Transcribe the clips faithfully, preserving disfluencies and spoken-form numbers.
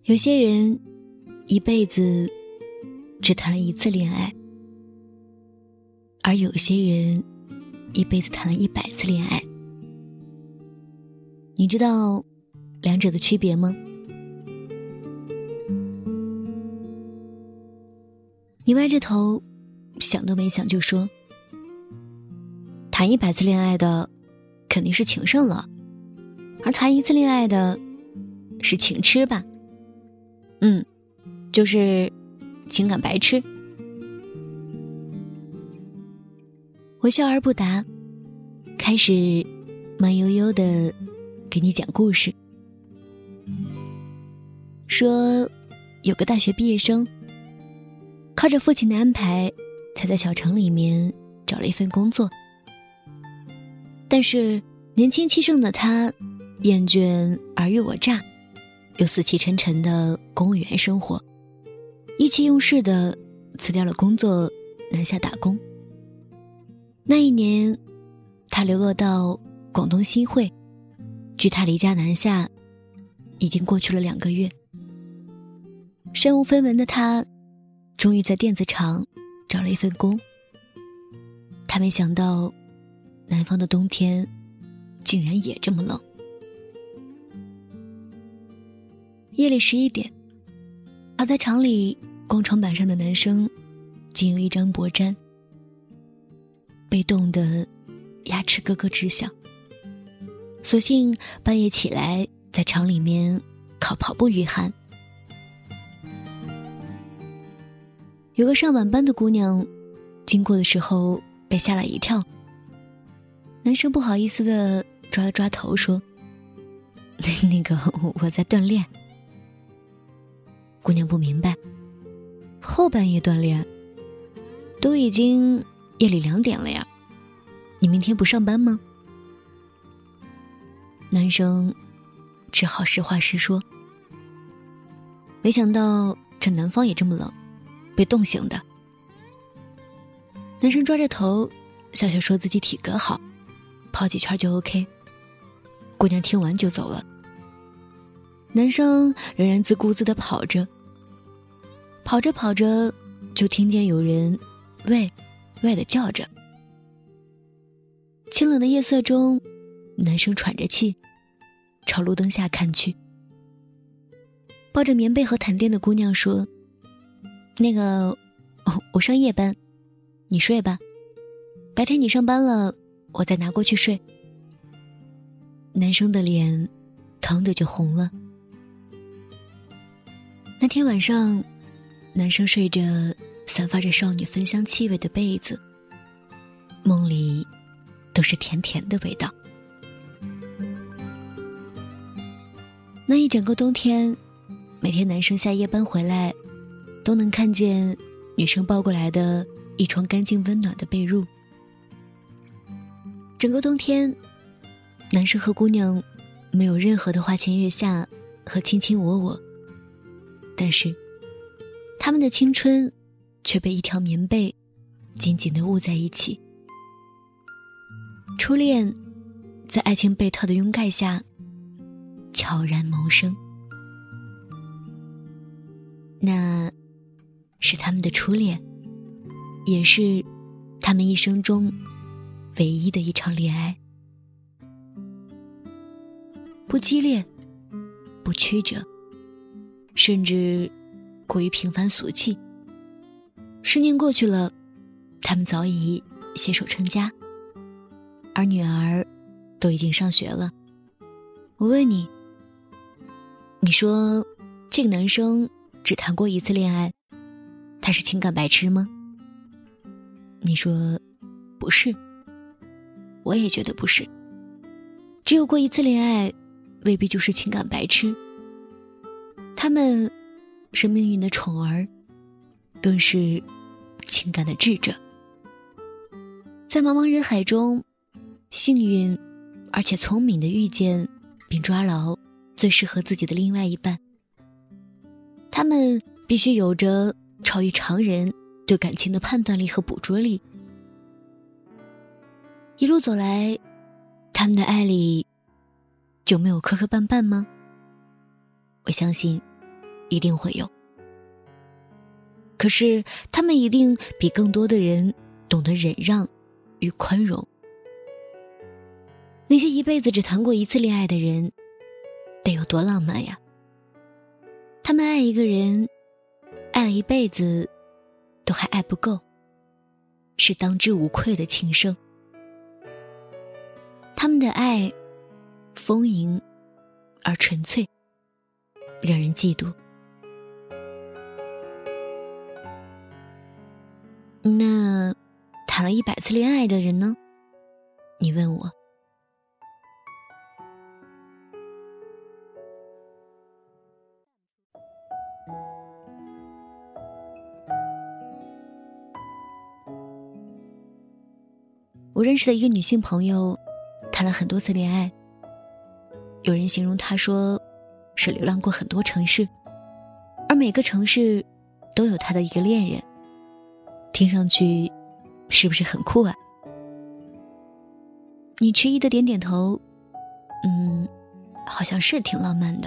有些人一辈子只谈了一次恋爱，而有些人一辈子谈了一百次恋爱。你知道两者的区别吗？你歪着头想都没想就说，谈一百次恋爱的肯定是情圣了，而谈一次恋爱的是情痴吧。嗯，就是情感白痴。我笑而不答，开始慢悠悠地给你讲故事。说有个大学毕业生，靠着父亲的安排，才在小城里面找了一份工作。但是年轻气盛的他，厌倦尔虞我诈又死气沉沉的公务员生活，意气用事地辞掉了工作，南下打工。那一年，他流落到广东新会，距他离家南下已经过去了两个月。身无分文的他，终于在电子厂找了一份工。他没想到，南方的冬天竟然也这么冷。夜里十一点，躺在厂里光床板上的男生竟有一张薄毡，被冻得牙齿咯咯直响，索性半夜起来在厂里面烤跑步御寒。有个上晚班的姑娘经过的时候被吓了一跳，男生不好意思地抓了抓头说，那个我在锻炼。姑娘不明白，后半夜锻炼，都已经夜里两点了呀，你明天不上班吗？男生只好实话实说，没想到这南方也这么冷，被冻醒的。男生抓着头笑笑说自己体格好，跑几圈就 OK。 姑娘听完就走了。男生仍然自顾自地跑着，跑着跑着就听见有人喂喂地叫着。清冷的夜色中，男生喘着气朝路灯下看去。抱着棉被和毯垫的姑娘说，那个、哦、我上夜班，你睡吧，白天你上班了我再拿过去睡。男生的脸疼得就红了。那天晚上，男生睡着散发着少女芬香气味的被子，梦里都是甜甜的味道。那一整个冬天，每天男生下夜班回来，都能看见女生抱过来的一床干净温暖的被褥。整个冬天，男生和姑娘没有任何的花前月下和卿卿我我，但是他们的青春却被一条棉被紧紧地捂在一起。初恋在爱情被套的拥盖下悄然萌生，那是他们的初恋，也是他们一生中唯一的一场恋爱。不激烈，不曲折，甚至过于平凡俗气。十年过去了，他们早已携手成家，而女儿都已经上学了。我问你，你说这个男生只谈过一次恋爱，他是情感白痴吗？你说不是，我也觉得不是。只有过一次恋爱，未必就是情感白痴。他们是命运的宠儿，更是情感的智者。在茫茫人海中，幸运而且聪明地遇见并抓牢最适合自己的另外一半。他们必须有着超于常人对感情的判断力和捕捉力。一路走来，他们的爱里就没有磕磕绊绊吗？我相信一定会有。可是他们一定比更多的人懂得忍让与宽容。那些一辈子只谈过一次恋爱的人，得有多浪漫呀？他们爱一个人，爱了一辈子，都还爱不够，是当之无愧的情圣。他们的爱丰盈而纯粹，让人嫉妒。那谈了一百次恋爱的人呢？你问我。我认识的一个女性朋友，谈了很多次恋爱。有人形容她说是流浪过很多城市，而每个城市都有她的一个恋人。听上去是不是很酷啊？你迟疑的点点头，嗯，好像是挺浪漫的。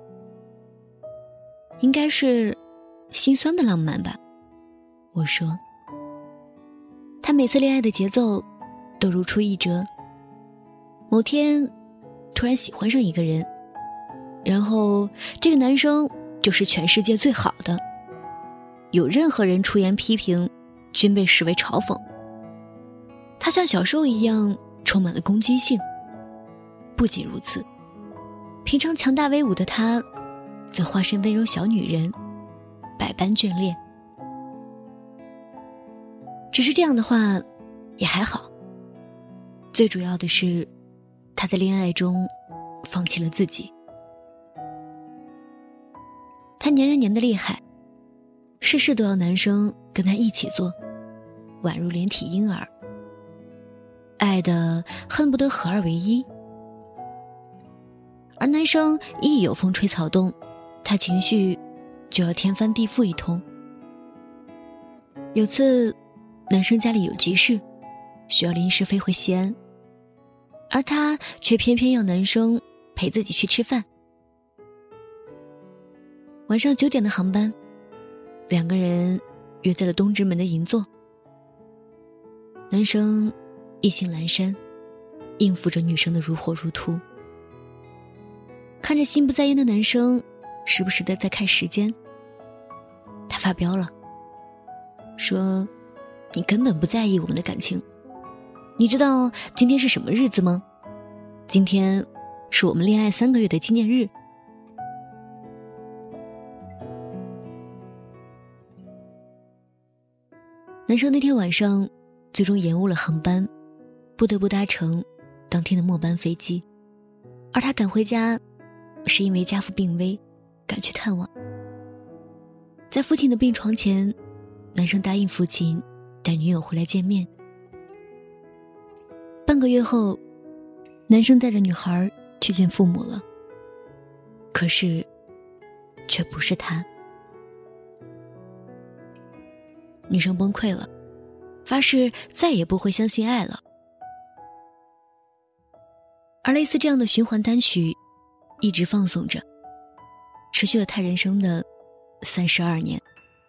应该是心酸的浪漫吧，我说。他每次恋爱的节奏都如出一辙。某天突然喜欢上一个人，然后这个男生就是全世界最好的，有任何人出言批评均被视为嘲讽。他像小兽一样充满了攻击性。不仅如此，平常强大威武的他则化身温柔小女人，百般眷恋。只是这样的话也还好，最主要的是他在恋爱中放弃了自己。他粘人粘得厉害，事事都要男生跟他一起做，宛如连体婴儿，爱得恨不得合二为一。而男生一有风吹草动，他情绪就要天翻地覆一通。有次男生家里有急事，需要临时飞回西安，而他却偏偏要男生陪自己去吃饭。晚上九点的航班，两个人约在了东直门的银座。男生意兴阑珊，应付着女生的如火如荼。看着心不在焉的男生时不时的在看时间，他发飙了，说你根本不在意我们的感情，你知道今天是什么日子吗？今天是我们恋爱三个月的纪念日。男生那天晚上最终延误了航班，不得不搭乘当天的末班飞机，而他赶回家是因为家父病危，赶去探望。在父亲的病床前，男生答应父亲带女友回来见面。半个月后，男生带着女孩去见父母了，可是却不是他。女生崩溃了，发誓再也不会相信爱了。而类似这样的循环单曲一直放送着，持续了他人生的三十二年，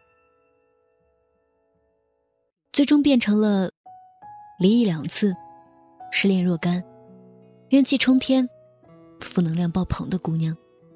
最终变成了离异两次，失恋若干，怨气冲天，负能量爆棚的姑娘。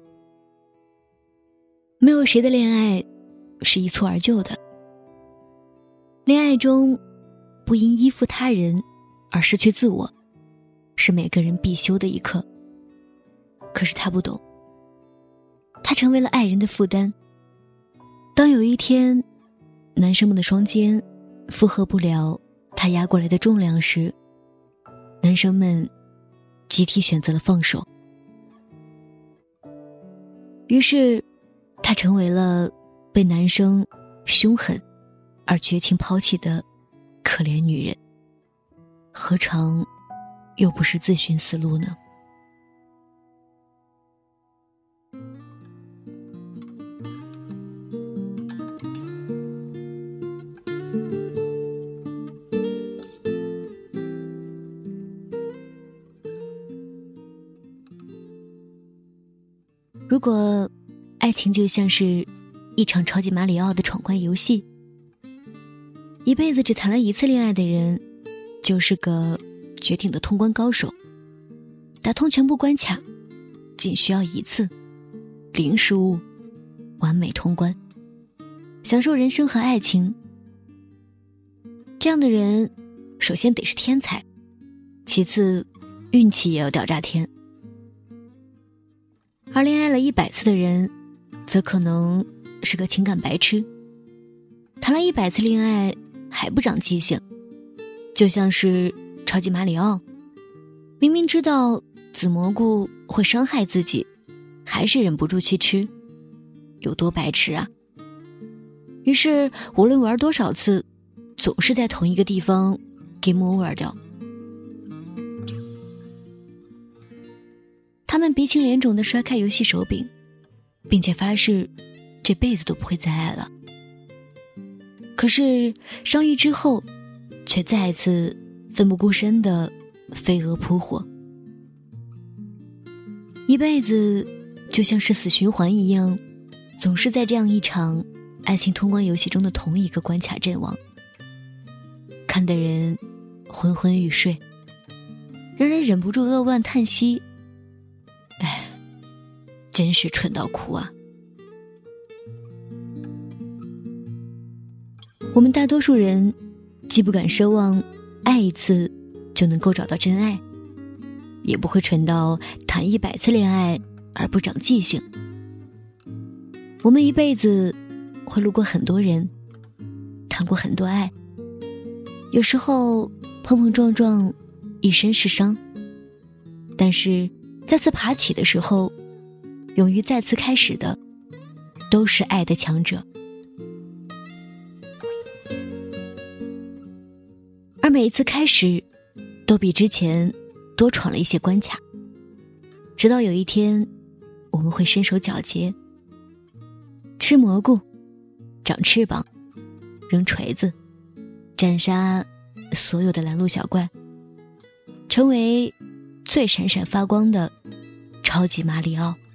没有谁的恋爱是一蹴而就的，恋爱中不因依附他人而失去自我，是每个人必修的一课。可是他不懂，他成为了爱人的负担。当有一天男生们的双肩负荷不了他压过来的重量时，男生们集体选择了放手。于是她成为了被男生凶狠而绝情抛弃的可怜女人，何尝又不是自寻死路呢？如果爱情就像是一场超级马里奥的闯关游戏，一辈子只谈了一次恋爱的人就是个绝顶的通关高手，打通全部关卡仅需要一次，零失误，完美通关，享受人生和爱情。这样的人首先得是天才，其次运气也要屌炸天。而恋爱了一百次的人则可能是个情感白痴，谈了一百次恋爱还不长记性，就像是超级马里奥，明明知道紫蘑菇会伤害自己，还是忍不住去吃，有多白痴啊。于是无论玩多少次，总是在同一个地方 game over 掉。他们鼻青脸肿地摔开游戏手柄，并且发誓这辈子都不会再爱了。可是伤愈之后，却再次奋不顾身地飞蛾扑火。一辈子就像是死循环一样，总是在这样一场爱情通关游戏中的同一个关卡阵亡，看得人昏昏欲睡，让人忍不住扼腕叹息。哎，真是蠢到哭啊。我们大多数人既不敢奢望爱一次就能够找到真爱，也不会蠢到谈一百次恋爱而不长记性。我们一辈子会路过很多人，谈过很多爱，有时候碰碰撞撞，一身是伤，但是再次爬起的时候，勇于再次开始的都是爱的强者。而每一次开始都比之前多闯了一些关卡，直到有一天我们会身手矫捷，吃蘑菇，长翅膀，扔锤子，斩杀所有的拦路小怪，成为最闪闪发光的超级马里奥。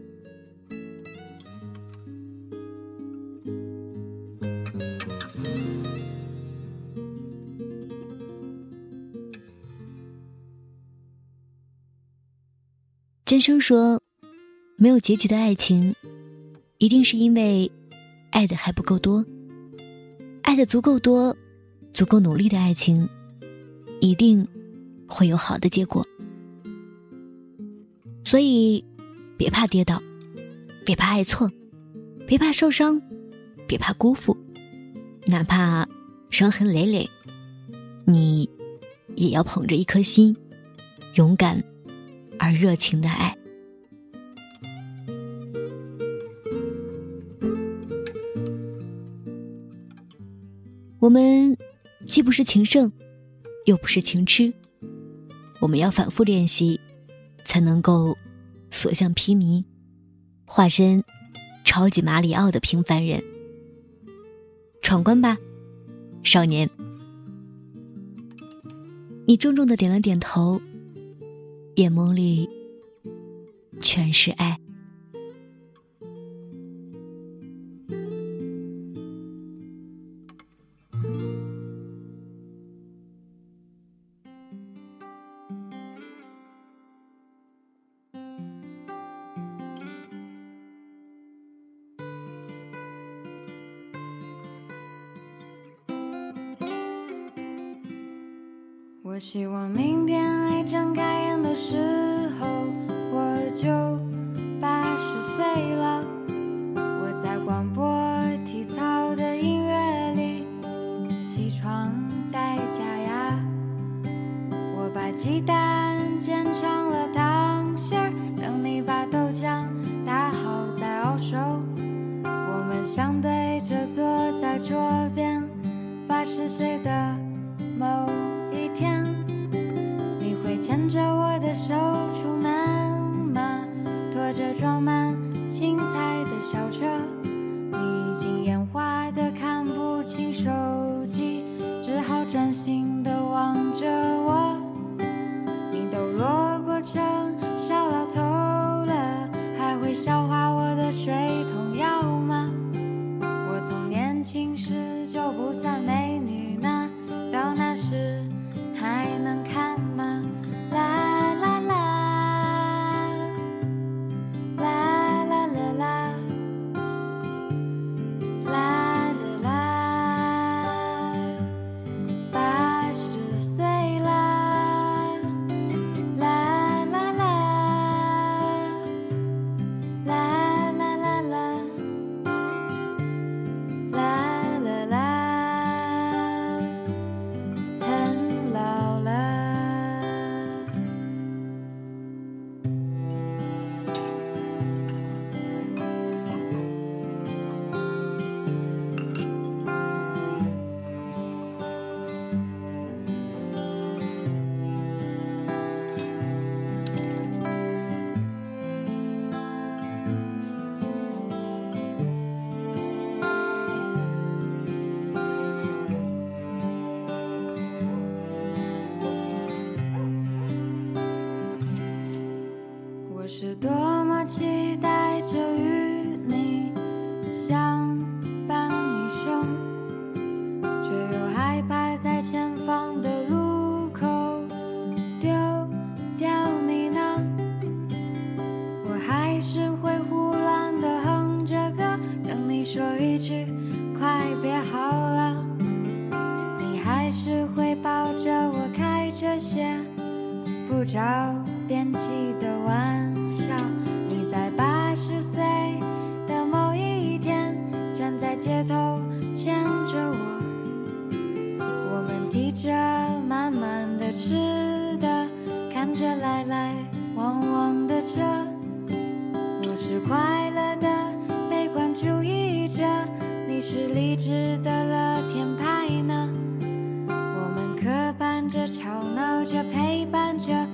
真生说，没有结局的爱情一定是因为爱的还不够多，爱的足够多，足够努力的爱情一定会有好的结果。所以别怕跌倒，别怕爱错，别怕受伤，别怕辜负，哪怕伤痕累累，你也要捧着一颗心，勇敢而热情的爱。我们既不是情圣，又不是情痴，我们要反复练习，才能够所向披靡，化身超级马里奥的平凡人。闯关吧，少年。你重重地点了点头，眼眸里全是爱。 我希望明天一睁开眼的时候，我就八十岁了。我在广播体操的音乐里起床戴假牙，我把鸡蛋煎成了糖馅儿，等你把豆浆打好再熬熟。我们相对着坐在桌边，八十岁的某一天，你会牵着我是多么期待着与你相伴一生，却又害怕在前方的路口丢掉你呢。我还是会胡乱地哼着歌，等你说一句快别好了，你还是会抱着我开这些不着边际的玩笑。你在八十岁的某一天站在街头牵着我，我们提着满满的吃的，看着来来往往的车。我是快乐的悲观主义者，你是理智的乐天派呢。我们磕绊着吵闹着陪伴着，